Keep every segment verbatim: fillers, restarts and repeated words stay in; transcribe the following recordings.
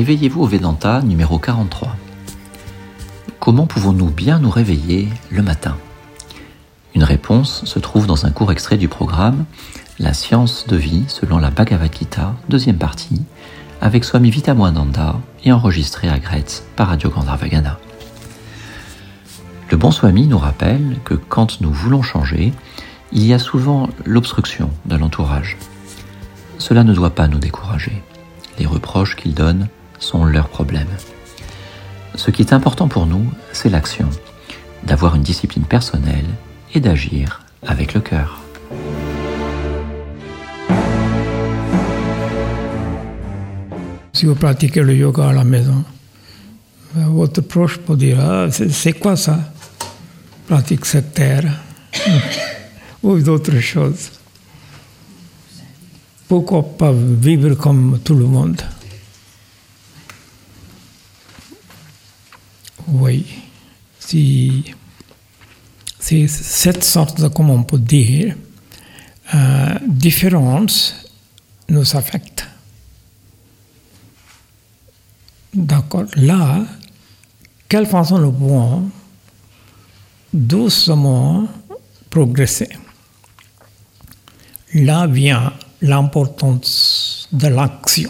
Réveillez-vous au Vedanta numéro quarante-trois. Comment pouvons-nous bien nous réveiller le matin ? Une réponse se trouve dans un court extrait du programme La science de vie selon la Bhagavad Gita, deuxième partie, avec Swami Vitamoananda et enregistré à Gretz par Radio Gandharvagana. Le bon Swami nous rappelle que quand nous voulons changer, il y a souvent l'obstruction de l'entourage. Cela ne doit pas nous décourager. Les reproches qu'ils donnent sont leurs problèmes. Ce qui est important pour nous, c'est l'action, d'avoir une discipline personnelle et d'agir avec le cœur. Si vous pratiquez le yoga à la maison, votre proche peut dire ah, c'est, c'est quoi ça? Pratique sectaire ou d'autres choses. Pourquoi pas vivre comme tout le monde? Oui, si, c'est cette sorte de, comment on peut dire, euh, différence nous affecte. D'accord. Là, quelle façon nous pouvons doucement progresser? Là vient l'importance de l'action.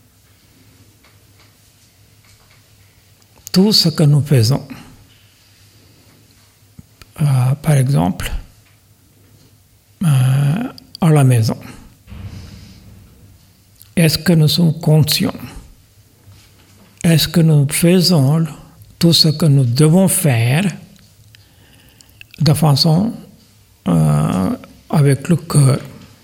Tout ce que nous faisons, euh, par exemple, euh, à la maison, est-ce que nous sommes conscients? Est-ce que nous faisons tout ce que nous devons faire de façon euh, avec le cœur?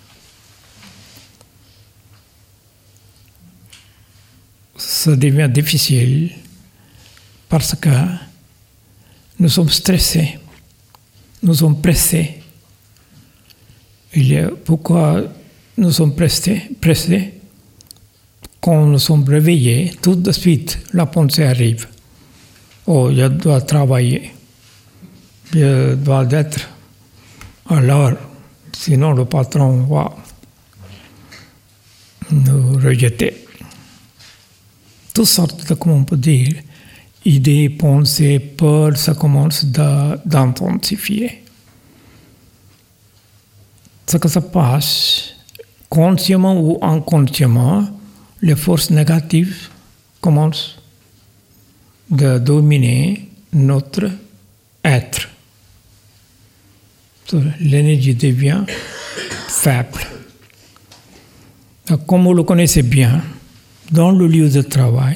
Ça devient difficile parce que nous sommes stressés, nous sommes pressés. Il y a, pourquoi nous sommes pressés, pressés? Quand nous sommes réveillés, tout de suite, la pensée arrive. Oh, je dois travailler. Je dois être à l'heure. Sinon, le patron va nous rejeter. Toutes sortes de, comment on peut dire, idées, pensées, peurs, ça commence de, d'intensifier. Ce que ça passe, consciemment ou inconsciemment, les forces négatives commencent de dominer notre être. L'énergie devient faible. Donc, comme vous le connaissez bien, dans le lieu de travail,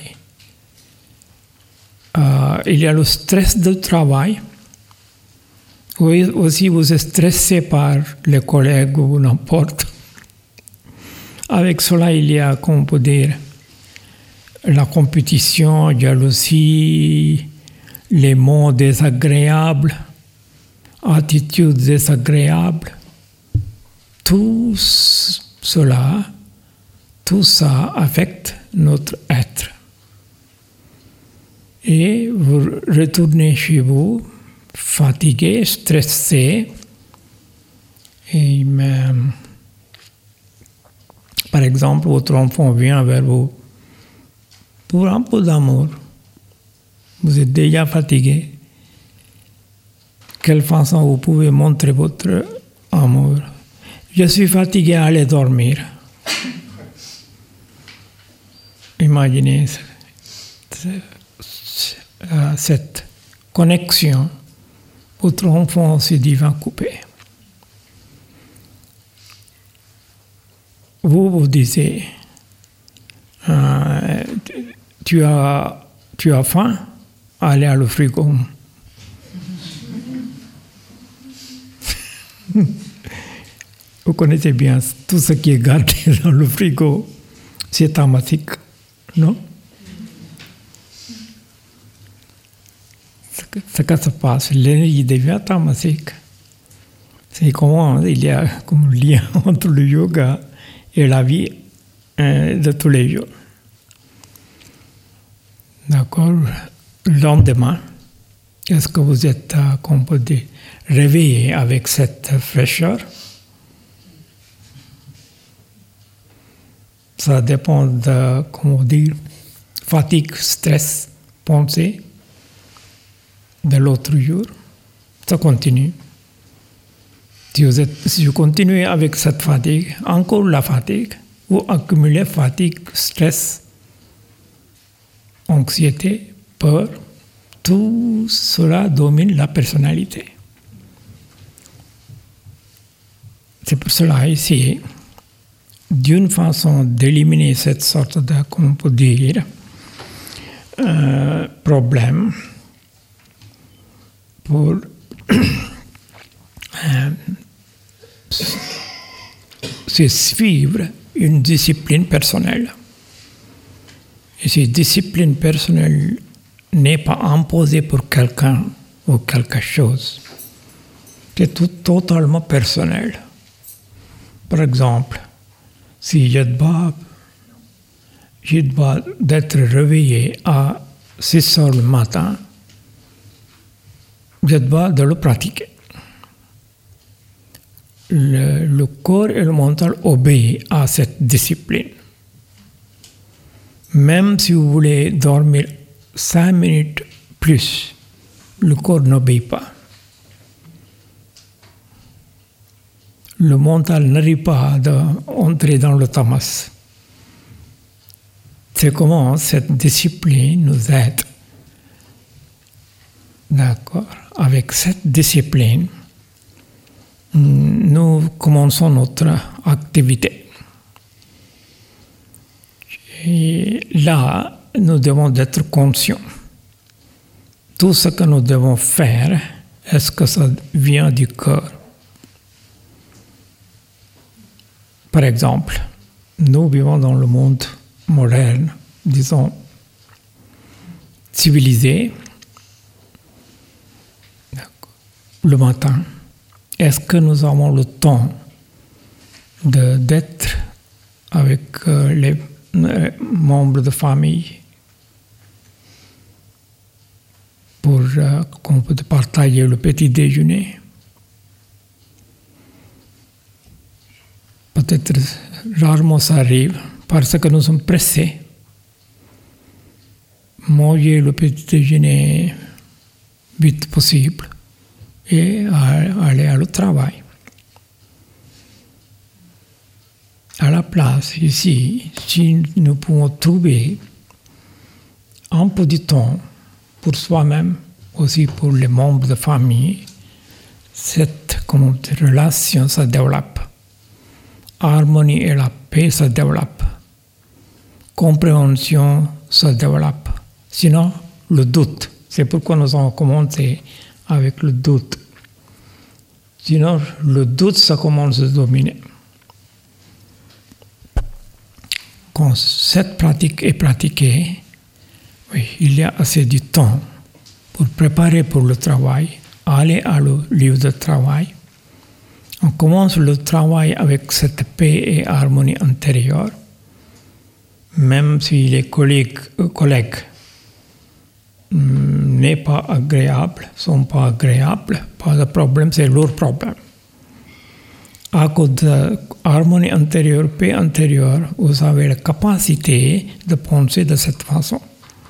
euh, il y a le stress du travail. Oui, aussi, vous êtes stressé par les collègues ou n'importe. Avec cela, il y a, comment on peut dire, la compétition, jalousie, les mots désagréables, attitudes désagréables. Tout cela, tout ça affecte notre être. Et vous retournez chez vous, fatigué, stressé, et même, par exemple, votre enfant vient vers vous pour un peu d'amour. Vous êtes déjà fatigué. Quelle façon vous pouvez montrer votre amour? Je suis fatigué, allez dormir. Imaginez cette connexion. Votre enfant se dit va couper. Vous vous disiez, euh, tu, as, tu as faim, allez à le frigo. Vous connaissez bien tout ce qui est gardé dans le frigo, c'est tamastique, non? Ce que se passe, l'énergie devient tamasique. C'est comment il y a comme lien entre le yoga et la vie euh, de tous les jours. D'accord? Le lendemain, est-ce que vous êtes, euh, qu'on peut dire, réveillé avec cette fraîcheur? Ça dépend de, comment dire, fatigue, stress, pensée de l'autre jour. Ça continue. Si vous, êtes, si vous continuez avec cette fatigue, encore la fatigue, vous accumulez fatigue, stress, anxiété, peur, tout cela domine la personnalité. C'est pour cela ici, d'une façon d'éliminer cette sorte de, comment on peut dire, euh, problème, pour euh, c'est suivre une discipline personnelle. Et cette discipline personnelle n'est pas imposée pour quelqu'un ou quelque chose. C'est tout totalement personnel. Par exemple, si je dois, je dois d'être réveillé à six heures le matin, je dois de le pratiquer. Le, le corps et le mental obéissent à cette discipline. Même si vous voulez dormir cinq minutes plus, le corps n'obéit pas. Le mental n'arrive pas à entrer dans le tamas. C'est comment cette discipline nous aide. D'accord? Avec cette discipline, nous commençons notre activité. Et là, nous devons être conscients. Tout ce que nous devons faire, est-ce que ça vient du cœur? Par exemple, nous vivons dans le monde moderne, disons, civilisé, le matin. Est-ce que nous avons le temps de, d'être avec euh, les euh, membres de famille pour euh, qu'on peut partager le petit déjeuner? Peut-être rarement ça arrive parce que nous sommes pressés. Manger le petit déjeuner vite possible et aller au travail. À la place, ici, si nous pouvons trouver un peu de temps pour soi-même, aussi pour les membres de famille, cette comment dire, relation se développe. Harmonie et la paix se développent. Compréhension se développe. Sinon, le doute. C'est pourquoi nous avons commencé avec le doute. Sinon, le doute, ça commence à dominer. Quand cette pratique est pratiquée, oui, il y a assez de temps pour préparer pour le travail, aller à le lieu de travail. On commence le travail avec cette paix et harmonie intérieure, même si les collègues, euh, collègues n'est pas agréable, sont pas agréables, pas de problème, c'est leur problème. À cause de harmonie intérieure, paix intérieure, vous avez la capacité de penser de cette façon.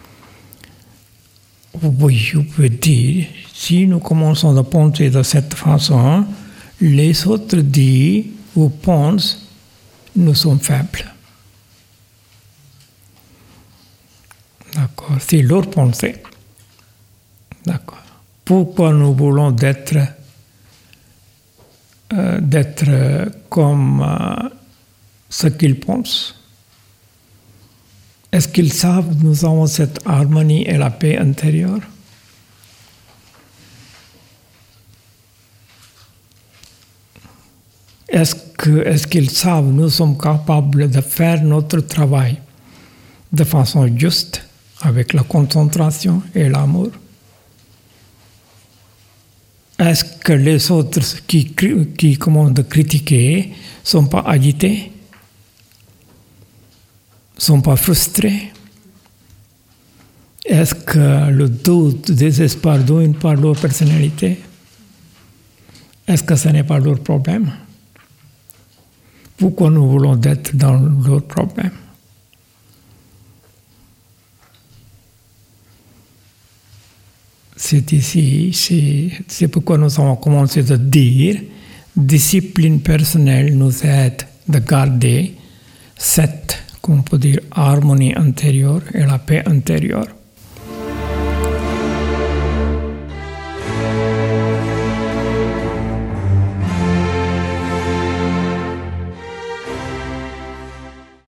Oui, je peux dire, si nous commençons à penser de cette façon, les autres disent ou pensent, nous sommes faibles. D'accord, c'est leur pensée. D'accord. Pourquoi nous voulons d'être, euh, d'être comme euh, ce qu'ils pensent? Est-ce qu'ils savent que nous avons cette harmonie et la paix intérieure? Est-ce que, est-ce qu'ils savent que nous sommes capables de faire notre travail de façon juste, avec la concentration et l'amour? Est-ce que les autres qui, qui commencent à critiquer ne sont pas agités, ne sont pas frustrés? Est-ce que le doute, le désespoir domine par leur personnalité? Est-ce que ce n'est pas leur problème? Pourquoi nous voulons être dans leur problème? c'est ici, c'est, c'est pourquoi nous avons commencé à dire discipline personnelle nous aide de garder cette, qu'on peut dire, harmonie intérieure et la paix intérieure.